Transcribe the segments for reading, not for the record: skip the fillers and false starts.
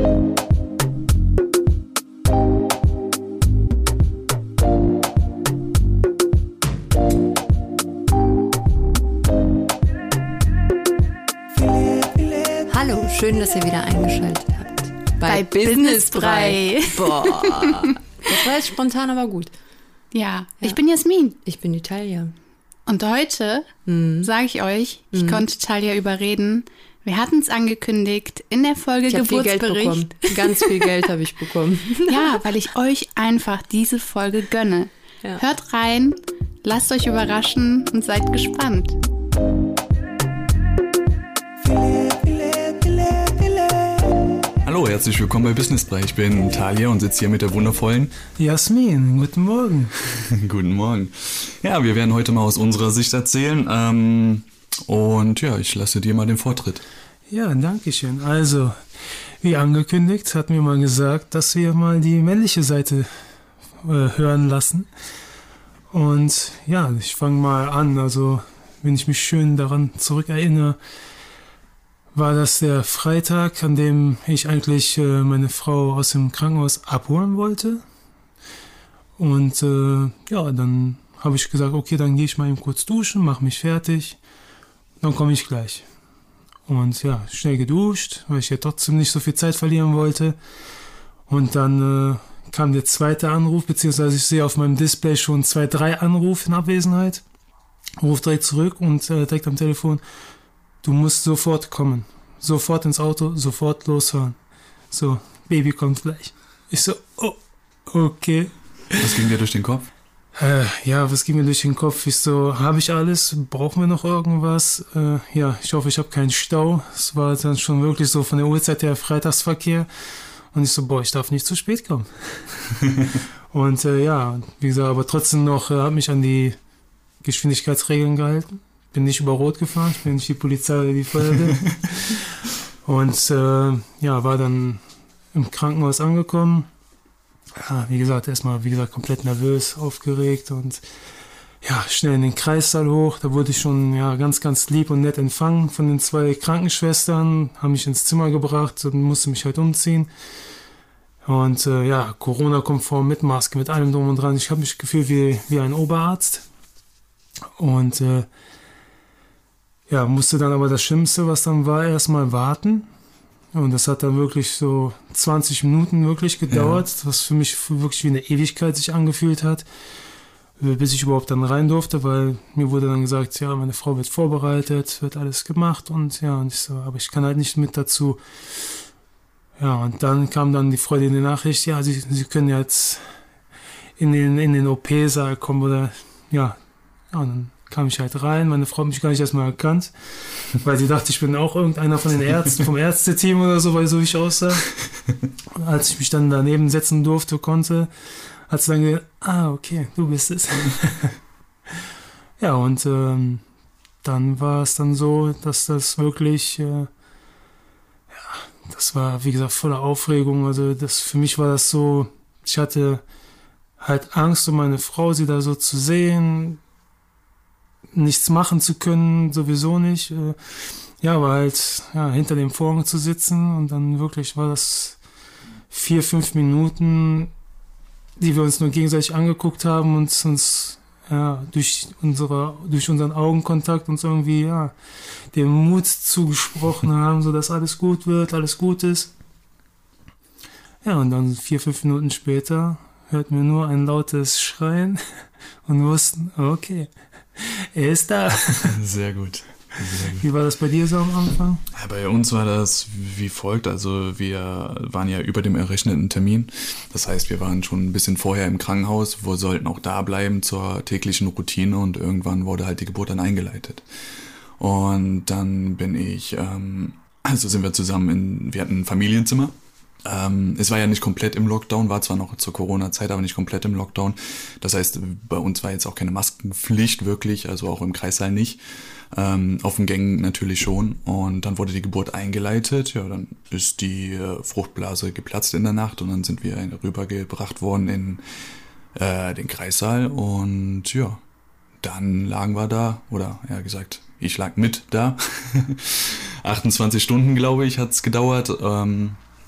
Hallo, schön, dass ihr wieder eingeschaltet habt. Bei Businessbrei. Boah, das war jetzt spontan, aber gut. Ja, ich bin Jasmin. Ich bin die Talia. Und heute sage ich euch, ich konnte Talia überreden. Wir hatten es angekündigt in der Folge Ich habe viel Geld Geburtsbericht. bekommen. Ganz viel Geld habe ich bekommen. Ja, weil ich euch einfach diese Folge gönne. Ja. Hört rein, lasst euch überraschen und seid gespannt. Hallo, herzlich willkommen bei Businessbrei. Ich bin Talia und sitze hier mit der wundervollen Jasmin, guten Morgen. Guten Morgen. Ja, wir werden heute mal aus unserer Sicht erzählen. Und ja, ich lasse dir mal den Vortritt. Ja, danke schön. Also, wie angekündigt, hat mir mal gesagt, dass wir mal die männliche Seite hören lassen. Und ja, ich fange mal an. Also, wenn ich mich schön daran zurückerinnere, war das der Freitag, an dem ich eigentlich meine Frau aus dem Krankenhaus abholen wollte. Und ja, dann habe ich gesagt, okay, dann gehe ich mal eben kurz duschen, mache mich fertig, dann komme ich gleich. Und ja, schnell geduscht, weil ich ja trotzdem nicht so viel Zeit verlieren wollte. Und dann kam der zweite Anruf, beziehungsweise ich sehe auf meinem Display schon 3 Anrufe in Abwesenheit. Ruf direkt zurück und direkt am Telefon: Du musst sofort kommen. Sofort ins Auto, sofort losfahren. So, Baby kommt gleich. Ich so, oh, okay. Was ging dir durch den Kopf? Ja, was ging mir durch den Kopf? Ich so, habe ich alles? Brauchen wir noch irgendwas? Ja, ich hoffe, ich habe keinen Stau. Es war dann schon wirklich so von der Uhrzeit her Freitagsverkehr. Und ich so, boah, ich darf nicht zu spät kommen. Und ja, wie gesagt, aber trotzdem noch, habe mich an die Geschwindigkeitsregeln gehalten. Bin nicht über Rot gefahren, ich bin nicht die Polizei oder die Feuerwehr. Und ja, war dann im Krankenhaus angekommen. Ja, wie gesagt, erstmal, komplett nervös, aufgeregt und ja, schnell in den Kreissaal hoch. Da wurde ich schon ja ganz, ganz lieb und nett empfangen von den 2 Krankenschwestern, haben mich ins Zimmer gebracht und musste mich halt umziehen. Und ja, Corona-konform mit Maske, mit allem drum und dran. Ich habe mich gefühlt wie ein Oberarzt. Und ja, musste dann aber das Schlimmste, was dann war, erstmal warten. Und das hat dann wirklich so 20 Minuten wirklich gedauert, ja, was für mich wirklich wie eine Ewigkeit sich angefühlt hat, bis ich überhaupt dann rein durfte, weil mir wurde dann gesagt, ja, meine Frau wird vorbereitet, wird alles gemacht und ja, und ich so, aber ich kann halt nicht mit dazu. Ja, und dann kam dann die freudige Nachricht, ja, Sie können jetzt in den OP-Saal kommen oder ja, und dann kam ich halt rein, meine Frau hat mich gar nicht erstmal erkannt, weil sie dachte, ich bin auch irgendeiner von den Ärzten, vom Ärzteteam oder so, weil so wie ich aussah. Und als ich mich dann daneben setzen konnte, hat sie dann gesagt, okay, du bist es. Ja, und dann war es dann so, dass das wirklich, ja, das war, wie gesagt, voller Aufregung. Also für mich war das so, ich hatte halt Angst um meine Frau, sie da so zu sehen, nichts machen zu können, sowieso nicht. Ja, aber halt ja, hinter dem Vorhang zu sitzen und dann wirklich war das 4-5 Minuten, die wir uns nur gegenseitig angeguckt haben und uns ja, durch unseren Augenkontakt uns irgendwie ja, den Mut zugesprochen haben, so dass alles gut wird, alles gut ist. Ja, und dann 4-5 Minuten später hörten wir nur ein lautes Schreien und wussten, okay, er ist da. Sehr gut. Wie war das bei dir so am Anfang? Ja, bei uns war das wie folgt. Also wir waren ja über dem errechneten Termin. Das heißt, wir waren schon ein bisschen vorher im Krankenhaus, wir sollten auch da bleiben zur täglichen Routine und irgendwann wurde halt die Geburt dann eingeleitet. Und dann bin ich, also sind wir zusammen wir hatten ein Familienzimmer. Es war ja nicht komplett im Lockdown, war zwar noch zur Corona-Zeit, aber nicht komplett im Lockdown. Das heißt, bei uns war jetzt auch keine Maskenpflicht wirklich, also auch im Kreissaal nicht. Auf den Gängen natürlich schon. Und dann wurde die Geburt eingeleitet. Ja, dann ist die Fruchtblase geplatzt in der Nacht und dann sind wir rübergebracht worden in den Kreissaal. Und ja, dann lagen wir da, oder eher gesagt, ich lag mit da. 28 Stunden, glaube ich, hat's gedauert.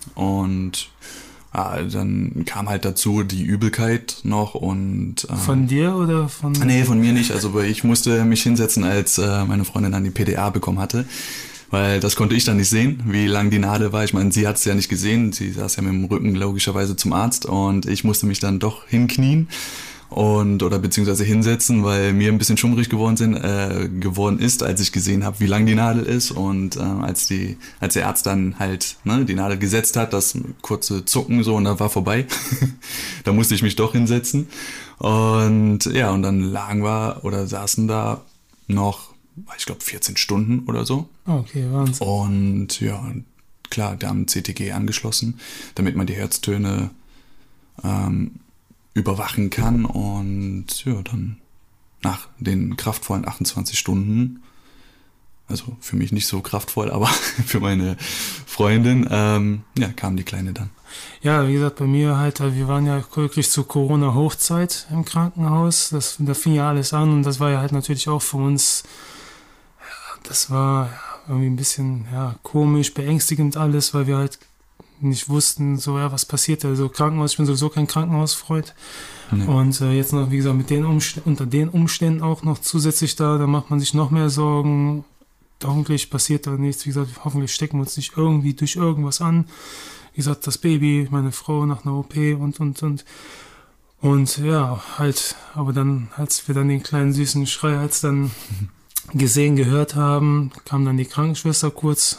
Und dann kam halt dazu die Übelkeit noch und... Von dir oder von... Nee, von mir nicht. Also ich musste mich hinsetzen, als meine Freundin dann die PDA bekommen hatte. Weil das konnte ich dann nicht sehen, wie lang die Nadel war. Ich meine, sie hat es ja nicht gesehen. Sie saß ja mit dem Rücken logischerweise zum Arzt und ich musste mich dann doch hinknien oder beziehungsweise hinsetzen, weil mir ein bisschen schummrig geworden ist, als ich gesehen habe, wie lang die Nadel ist. Und als der Arzt dann halt die Nadel gesetzt hat, das kurze Zucken so und dann war vorbei. Da musste ich mich doch hinsetzen. Und ja, und dann saßen da noch, ich glaube 14 Stunden oder so. Okay, Wahnsinn. Und ja, klar, da haben CTG angeschlossen, damit man die Herztöne überwachen kann. Und ja, dann nach den kraftvollen 28 Stunden, also für mich nicht so kraftvoll, aber für meine Freundin, kam die Kleine dann. Ja, wie gesagt, bei mir halt, wir waren ja wirklich zur Corona-Hochzeit im Krankenhaus. Da fing ja alles an und das war ja halt natürlich auch für uns... Das war irgendwie ein bisschen komisch, beängstigend alles, weil wir halt nicht wussten, was passiert. Also Krankenhaus, ich bin sowieso kein Krankenhausfreund. Nee. Und jetzt noch, wie gesagt, unter den Umständen auch noch zusätzlich da macht man sich noch mehr Sorgen. Hoffentlich passiert da nichts. Wie gesagt, hoffentlich stecken wir uns nicht irgendwie durch irgendwas an. Wie gesagt, das Baby, meine Frau nach einer OP und. Und ja, halt, aber dann, als wir dann den kleinen süßen Schrei gehört haben, kam dann die Krankenschwester kurz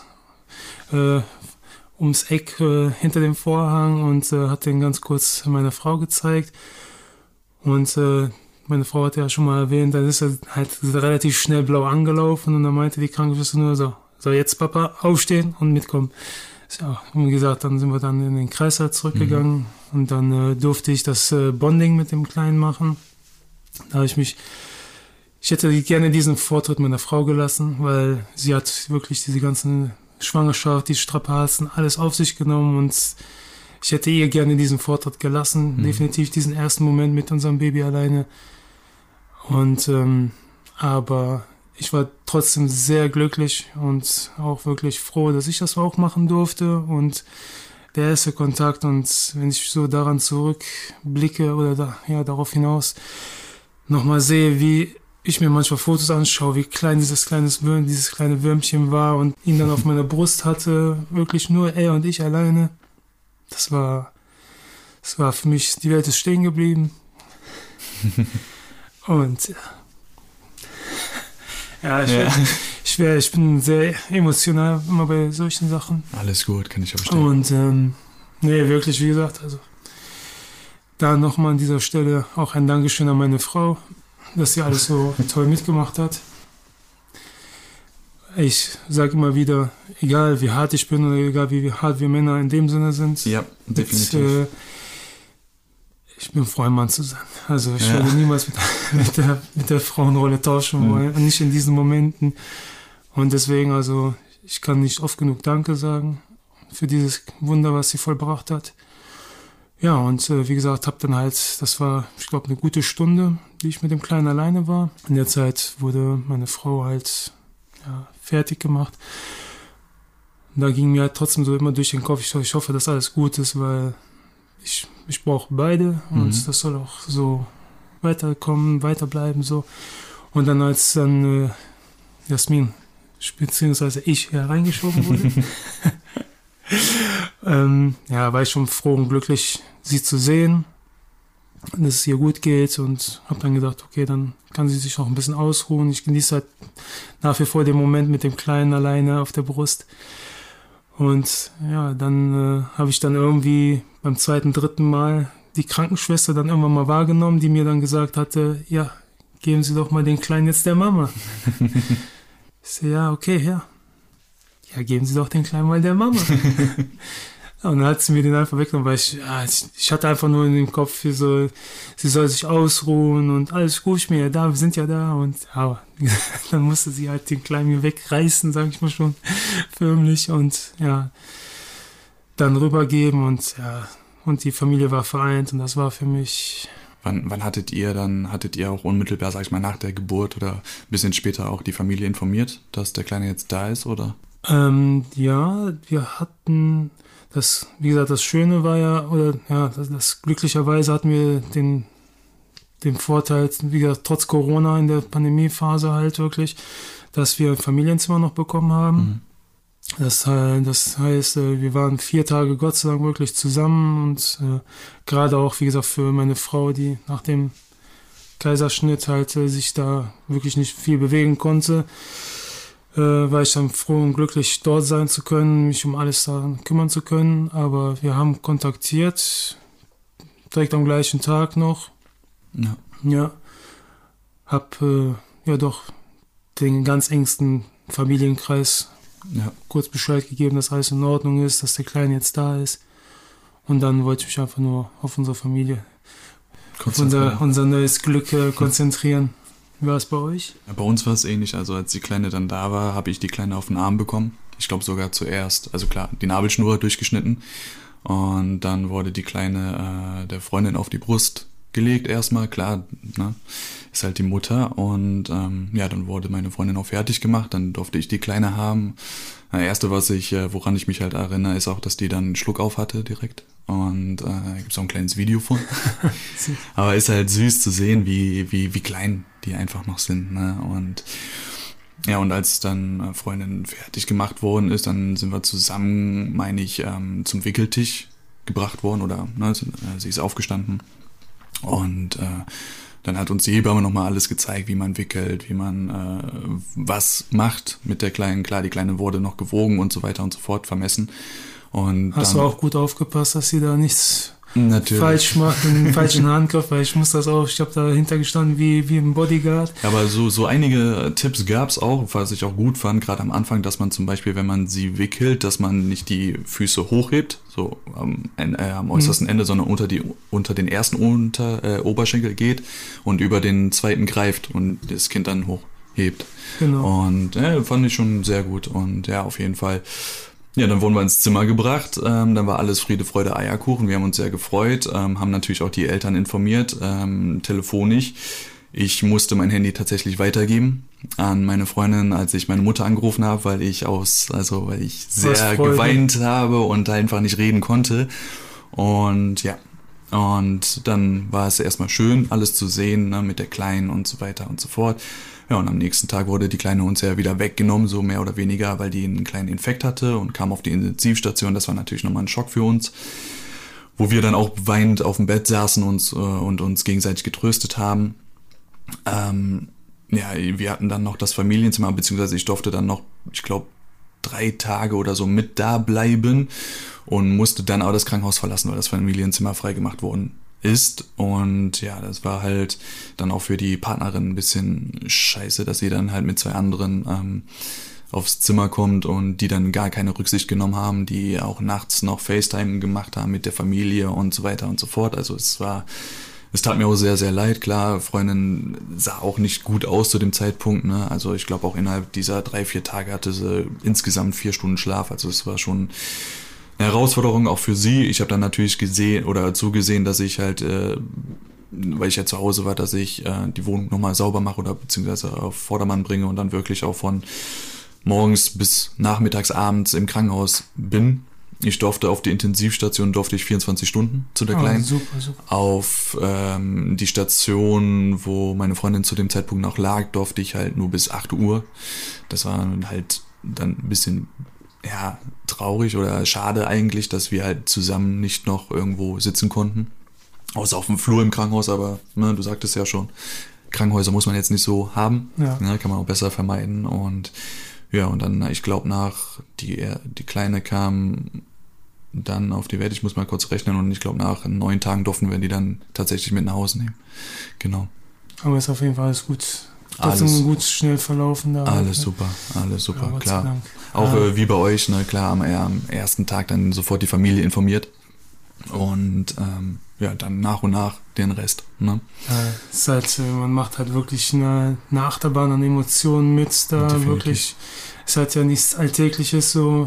ums Eck hinter dem Vorhang und hat den ganz kurz meiner Frau gezeigt. Und meine Frau hat ja schon mal erwähnt, dann ist er halt relativ schnell blau angelaufen und dann meinte die Krankenschwester nur so jetzt Papa, aufstehen und mitkommen. Ja, wie gesagt, dann sind wir dann in den Kreißsaal zurückgegangen und dann durfte ich das Bonding mit dem Kleinen machen. Da habe ich hätte gerne diesen Vortritt meiner Frau gelassen, weil sie hat wirklich diese ganzen Schwangerschaft, die Strapazen, alles auf sich genommen und ich hätte ihr gerne diesen Vortritt gelassen. Definitiv diesen ersten Moment mit unserem Baby alleine. Und aber ich war trotzdem sehr glücklich und auch wirklich froh, dass ich das auch machen durfte und der erste Kontakt und wenn ich so daran zurückblicke oder darauf hinaus nochmal sehe, wie ich mir manchmal Fotos anschaue, wie klein dieses kleine Würmchen war und ihn dann auf meiner Brust hatte, wirklich nur er und ich alleine. Das war für mich, die Welt ist stehen geblieben. Und ich bin sehr emotional immer bei solchen Sachen. Alles gut, kann ich verstehen. Und wirklich, wie gesagt, also da nochmal an dieser Stelle auch ein Dankeschön an meine Frau, dass sie alles so toll mitgemacht hat. Ich sage immer wieder, egal wie hart ich bin oder egal wie hart wir Männer in dem Sinne sind. Ja, definitiv. Ich bin froh, ein Mann zu sein. Also ich werde niemals mit der Frauenrolle tauschen wollen, nicht in diesen Momenten. Und deswegen, also ich kann nicht oft genug Danke sagen für dieses Wunder, was sie vollbracht hat. Ja, und wie gesagt, das war, ich glaube, eine gute Stunde, die ich mit dem Kleinen alleine war. In der Zeit wurde meine Frau halt fertig gemacht. Und da ging mir halt trotzdem so immer durch den Kopf, ich hoffe, dass alles gut ist, weil ich brauche beide und das soll auch so weiterbleiben so. Und dann als dann Jasmin beziehungsweise ich hereingeschoben wurde, war ich schon froh und glücklich, sie zu sehen, dass es ihr gut geht und habe dann gedacht, okay, dann kann sie sich auch ein bisschen ausruhen. Ich genieße halt nach wie vor den Moment mit dem Kleinen alleine auf der Brust. Und ja, dann habe ich dann irgendwie beim 2., 3. Mal die Krankenschwester dann irgendwann mal wahrgenommen, die mir dann gesagt hatte, ja, geben Sie doch mal den Kleinen jetzt der Mama. Ich so, ja, okay, ja, geben Sie doch den Kleinen mal der Mama. Und dann hat sie mir den einfach weggenommen, weil ich hatte einfach nur in dem Kopf, sie soll sich ausruhen und alles gut, ich bin ja da, wir sind ja da. Und dann musste sie halt den Kleinen mir wegreißen, sag ich mal schon, förmlich. Und dann rübergeben und die Familie war vereint und das war für mich... Wann hattet ihr auch unmittelbar, sag ich mal, nach der Geburt oder ein bisschen später auch die Familie informiert, dass der Kleine jetzt da ist, oder? Ja, wir hatten das, wie gesagt, das Schöne war ja, oder ja, das glücklicherweise hatten wir den Vorteil, wie gesagt, trotz Corona in der Pandemiephase halt wirklich, dass wir ein Familienzimmer noch bekommen haben. Mhm. Das heißt, wir waren 4 Tage Gott sei Dank wirklich zusammen und gerade auch, wie gesagt, für meine Frau, die nach dem Kaiserschnitt halt sich da wirklich nicht viel bewegen konnte, war ich dann froh und glücklich, dort sein zu können, mich um alles da kümmern zu können. Aber wir haben kontaktiert, direkt am gleichen Tag noch. Ja. Ja. Hab ja doch den ganz engsten Familienkreis kurz Bescheid gegeben, dass alles in Ordnung ist, dass der Kleine jetzt da ist. Und dann wollte ich mich einfach nur auf unsere Familie, auf unser neues Glück konzentrieren. Wie war es bei euch? Ja, bei uns war es ähnlich. Also als die Kleine dann da war, habe ich die Kleine auf den Arm bekommen. Ich glaube sogar zuerst. Also klar, die Nabelschnur durchgeschnitten. Und dann wurde die Kleine der Freundin auf die Brust gelegt erstmal. Klar, ne? Ist halt die Mutter. Und ja, dann wurde meine Freundin auch fertig gemacht. Dann durfte ich die Kleine haben. Das Erste, woran ich mich halt erinnere, ist auch, dass die dann einen Schluck auf hatte direkt. Und da gibt es auch ein kleines Video von. Aber ist halt süß zu sehen, wie klein die einfach noch sind. Ne? Und ja, und als dann Freundin fertig gemacht worden ist, dann sind wir zusammen, meine ich, zum Wickeltisch gebracht worden. Oder ne, sie ist aufgestanden. Und dann hat uns die Hebamme nochmal alles gezeigt, wie man wickelt, wie man was macht mit der Kleinen. Klar, die Kleine wurde noch gewogen und so weiter und so fort, vermessen. Und hast dann, du auch gut aufgepasst, dass sie da nichts natürlich falsch macht, einen falschen Handgriff, weil ich habe dahinter gestanden wie ein Bodyguard. Aber so einige Tipps gab's auch, was ich auch gut fand, gerade am Anfang, dass man zum Beispiel, wenn man sie wickelt, dass man nicht die Füße hochhebt, so am äußersten Ende, sondern unter den ersten Oberschenkel geht und über den zweiten greift und das Kind dann hochhebt. Genau. Und fand ich schon sehr gut und ja, auf jeden Fall. Ja, dann wurden wir ins Zimmer gebracht, dann war alles Friede, Freude, Eierkuchen, wir haben uns sehr gefreut, haben natürlich auch die Eltern informiert, telefonisch. Ich musste mein Handy tatsächlich weitergeben an meine Freundin, als ich meine Mutter angerufen habe, weil ich sehr geweint habe und einfach nicht reden konnte. Und ja, und dann war es erstmal schön, alles zu sehen, ne, mit der Kleinen und so weiter und so fort. Ja, und am nächsten Tag wurde die Kleine uns ja wieder weggenommen, so mehr oder weniger, weil die einen kleinen Infekt hatte und kam auf die Intensivstation. Das war natürlich nochmal ein Schock für uns, wo wir dann auch weinend auf dem Bett saßen und uns gegenseitig getröstet haben. Ja, wir hatten dann noch das Familienzimmer, beziehungsweise ich durfte dann noch, ich glaube, 3 Tage oder so mit da bleiben und musste dann auch das Krankenhaus verlassen, weil das Familienzimmer freigemacht worden ist. Und ja, das war halt dann auch für die Partnerin ein bisschen scheiße, dass sie dann halt mit 2 anderen aufs Zimmer kommt und die dann gar keine Rücksicht genommen haben, die auch nachts noch FaceTime gemacht haben mit der Familie und so weiter und so fort. Also es tat mir auch sehr, sehr leid. Klar, Freundin sah auch nicht gut aus zu dem Zeitpunkt, ne? Also ich glaube auch innerhalb dieser 3-4 Tage hatte sie insgesamt 4 Stunden Schlaf. Also es war schon eine Herausforderung auch für sie. Ich habe dann natürlich zugesehen, dass ich halt, weil ich ja zu Hause war, dass ich die Wohnung nochmal sauber mache oder beziehungsweise auf Vordermann bringe und dann wirklich auch von morgens bis nachmittags, abends im Krankenhaus bin. Ich durfte auf die Intensivstation 24 Stunden zu der Kleinen. Super. Auf die Station, wo meine Freundin zu dem Zeitpunkt noch lag, durfte ich halt nur bis 8 Uhr. Das war halt dann ein bisschen traurig oder schade eigentlich, dass wir halt zusammen nicht noch irgendwo sitzen konnten. Außer auf dem Flur im Krankenhaus, aber ne, du sagtest ja schon, Krankenhäuser muss man jetzt nicht so haben. Ja. Ne, kann man auch besser vermeiden. Und ja, und dann, ich glaube, die Kleine kam dann auf die Welt, ich muss mal kurz rechnen, und ich glaube, nach 9 Tagen durften wir die dann tatsächlich mit nach Hause nehmen. Genau. Aber ist auf jeden Fall alles gut. Trotzdem gut schnell verlaufen da. Alles super, ja, klar. Auch wie bei euch, ne, klar, am ersten Tag dann sofort die Familie informiert und dann nach und nach den Rest. Ne? Es ist halt, man macht halt wirklich eine Achterbahn an Emotionen mit, da definitiv. Wirklich, es ist halt ja nichts Alltägliches, so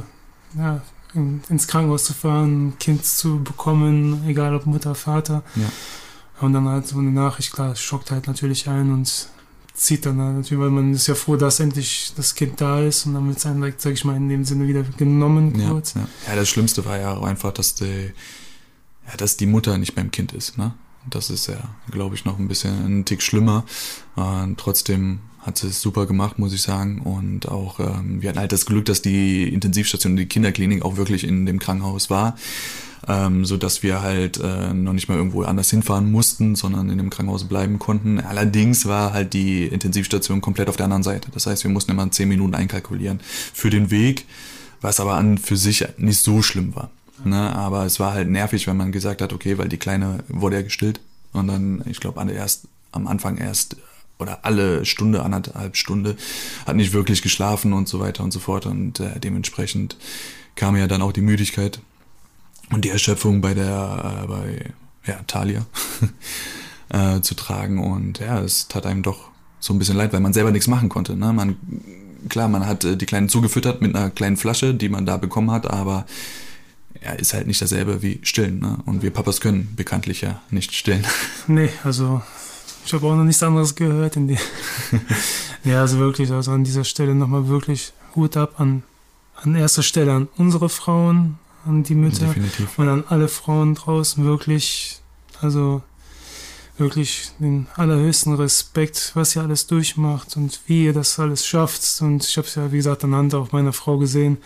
ins Krankenhaus zu fahren, ein Kind zu bekommen, egal ob Mutter, Vater. Ja. Und dann halt so eine Nachricht, klar, es schockt halt natürlich ein und zieht dann natürlich, weil man ist ja froh, dass endlich das Kind da ist und dann wird es einem direkt, sag ich mal, in dem Sinne wieder genommen kurz. Ja, das Schlimmste war ja auch einfach, dass die Mutter nicht beim Kind ist, ne? Das ist ja, glaube ich, noch ein bisschen ein Tick schlimmer. Trotzdem hat sie es super gemacht, muss ich sagen. Und auch, wir hatten halt das Glück, dass die Intensivstation, die Kinderklinik auch wirklich in dem Krankenhaus war. So dass wir halt noch nicht mal irgendwo anders hinfahren mussten, sondern in dem Krankenhaus bleiben konnten. Allerdings war halt die Intensivstation komplett auf der anderen Seite. Das heißt, wir mussten immer 10 Minuten einkalkulieren für den Weg, was aber an für sich nicht so schlimm war. Ne? Aber es war halt nervig, wenn man gesagt hat, okay, weil die Kleine wurde ja gestillt und dann, ich glaube, am Anfang oder alle Stunde, 1,5 Stunde, hat nicht wirklich geschlafen und so weiter und so fort und dementsprechend kam ja dann auch die Müdigkeit und die Erschöpfung bei Thalia zu tragen und ja, es tat einem doch so ein bisschen leid, weil man selber nichts machen konnte. Ne? Man hat die Kleinen zugefüttert mit einer kleinen Flasche, die man da bekommen hat, aber ist halt nicht dasselbe wie stillen. Ne? Und wir Papas können bekanntlich ja nicht stillen. Nee, also ich habe auch noch nichts anderes gehört. Ja, also wirklich, also an dieser Stelle nochmal wirklich Hut ab an erster Stelle an unsere Frauen, an die Mütter. Definitiv. Und an alle Frauen draußen wirklich, also wirklich den allerhöchsten Respekt, was ihr alles durchmacht und wie ihr das alles schafft. Und ich habe es ja, wie gesagt, anhand auch meiner Frau gesehen.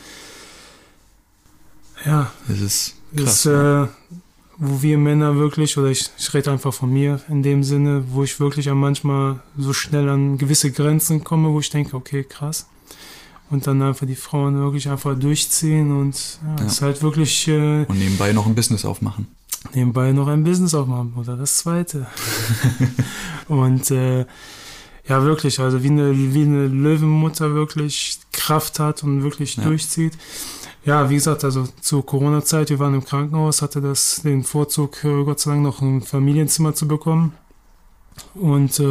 Ja, das ist krass. Wo wir Männer wirklich, oder ich rede einfach von mir in dem Sinne, wo ich wirklich manchmal so schnell an gewisse Grenzen komme, wo ich denke, okay, krass. Und dann einfach die Frauen wirklich einfach durchziehen und es ist halt wirklich... und nebenbei noch ein Business aufmachen. Oder das zweite. Und ja, wirklich, also wie eine Löwenmutter wirklich Kraft hat und wirklich durchzieht. Ja, wie gesagt, also zur Corona-Zeit, wir waren im Krankenhaus, hatte den Vorzug, Gott sei Dank noch ein Familienzimmer zu bekommen. Und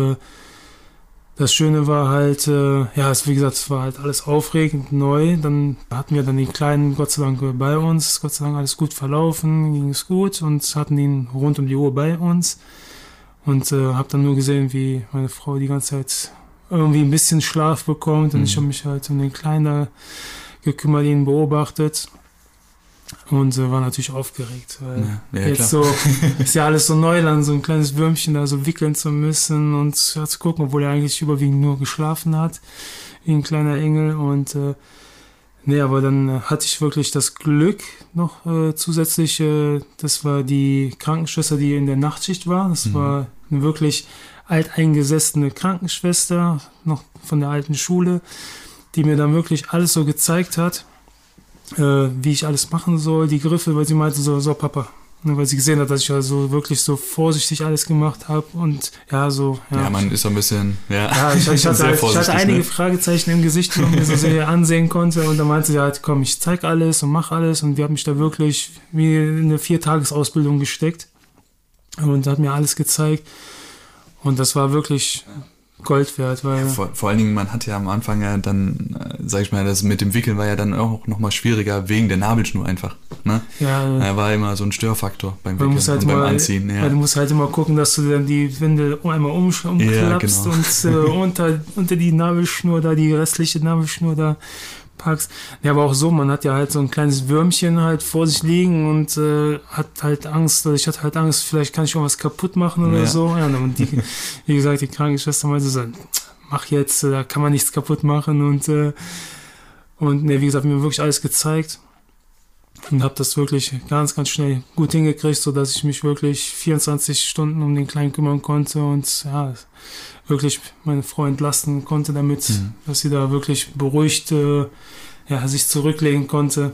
das Schöne war halt, wie gesagt, es war halt alles aufregend, neu. Dann hatten wir dann den Kleinen, Gott sei Dank, bei uns. Gott sei Dank alles gut verlaufen, ging es gut und hatten ihn rund um die Uhr bei uns. Und habe dann nur gesehen, wie meine Frau die ganze Zeit irgendwie ein bisschen Schlaf bekommt. Und ich habe mich halt um den Kleinen da gekümmert, ihn beobachtet und war natürlich aufgeregt, weil jetzt so ist ja alles so Neuland, so ein kleines Würmchen da so wickeln zu müssen und zu gucken, obwohl er eigentlich überwiegend nur geschlafen hat, wie ein kleiner Engel und aber dann hatte ich wirklich das Glück noch zusätzlich, das war die Krankenschwester, die in der Nachtschicht war, das war eine wirklich alteingesessene Krankenschwester, noch von der alten Schule, die mir dann wirklich alles so gezeigt hat, wie ich alles machen soll, die Griffe, weil sie meinte so Papa, weil sie gesehen hat, dass ich also wirklich so vorsichtig alles gemacht habe und man ist so ein bisschen, ich hatte einige Fragezeichen im Gesicht, die man mir so sehr ansehen konnte und dann meinte sie halt, komm, ich zeig alles und mach alles und die hat mich da wirklich wie in eine 4-Tages-Ausbildung gesteckt und hat mir alles gezeigt und das war wirklich Gold wert, weil... Vor allen Dingen, man hat ja am Anfang ja dann, sag ich mal, das mit dem Wickeln war ja dann auch nochmal schwieriger, wegen der Nabelschnur einfach, ne? Ja. Er war immer so ein Störfaktor beim Wickeln und beim Anziehen, ja. Weil du musst halt immer gucken, dass du dann die Windel einmal umklappst und unter die Nabelschnur da, die restliche Nabelschnur da packst. Ja, aber auch so, man hat ja halt so ein kleines Würmchen halt vor sich liegen und hat halt Angst, ich hatte halt Angst, vielleicht kann ich irgendwas kaputt machen oder so. Ja, und wie gesagt, die Krankenschwester meinte so, mach jetzt, da kann man nichts kaputt machen und wie gesagt, mir wirklich alles gezeigt und habe das wirklich ganz, ganz schnell gut hingekriegt, sodass ich mich wirklich 24 Stunden um den Kleinen kümmern konnte und wirklich meine Frau entlasten konnte damit, dass sie da wirklich beruhigt sich zurücklegen konnte.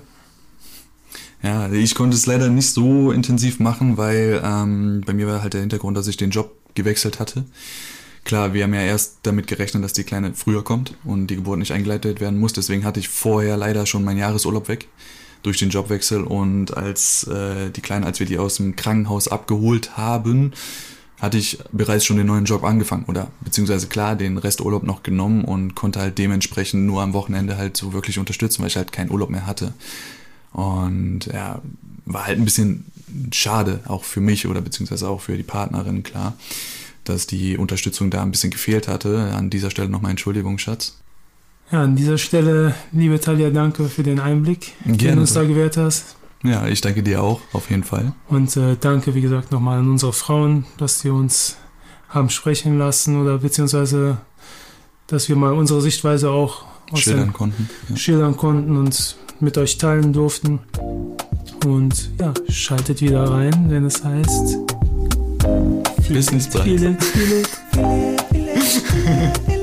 Ja, ich konnte es leider nicht so intensiv machen, weil bei mir war halt der Hintergrund, dass ich den Job gewechselt hatte. Klar, wir haben ja erst damit gerechnet, dass die Kleine früher kommt und die Geburt nicht eingeleitet werden muss. Deswegen hatte ich vorher leider schon meinen Jahresurlaub weg durch den Jobwechsel. Und als wir die aus dem Krankenhaus abgeholt haben, hatte ich bereits schon den neuen Job angefangen oder beziehungsweise klar den Resturlaub noch genommen und konnte halt dementsprechend nur am Wochenende halt so wirklich unterstützen, weil ich halt keinen Urlaub mehr hatte. Und ja, war halt ein bisschen schade, auch für mich oder beziehungsweise auch für die Partnerin, klar. dass die Unterstützung da ein bisschen gefehlt hatte. An dieser Stelle nochmal Entschuldigung, Schatz. Ja, an dieser Stelle, liebe Talia, danke für den Einblick, den du uns da gewährt hast. Ja, ich danke dir auch, auf jeden Fall. Und danke, wie gesagt, nochmal an unsere Frauen, dass sie uns haben sprechen lassen oder beziehungsweise, dass wir mal unsere Sichtweise auch schildern konnten und mit euch teilen durften. Und ja, schaltet wieder rein, wenn es heißt Businessbrei. Viele.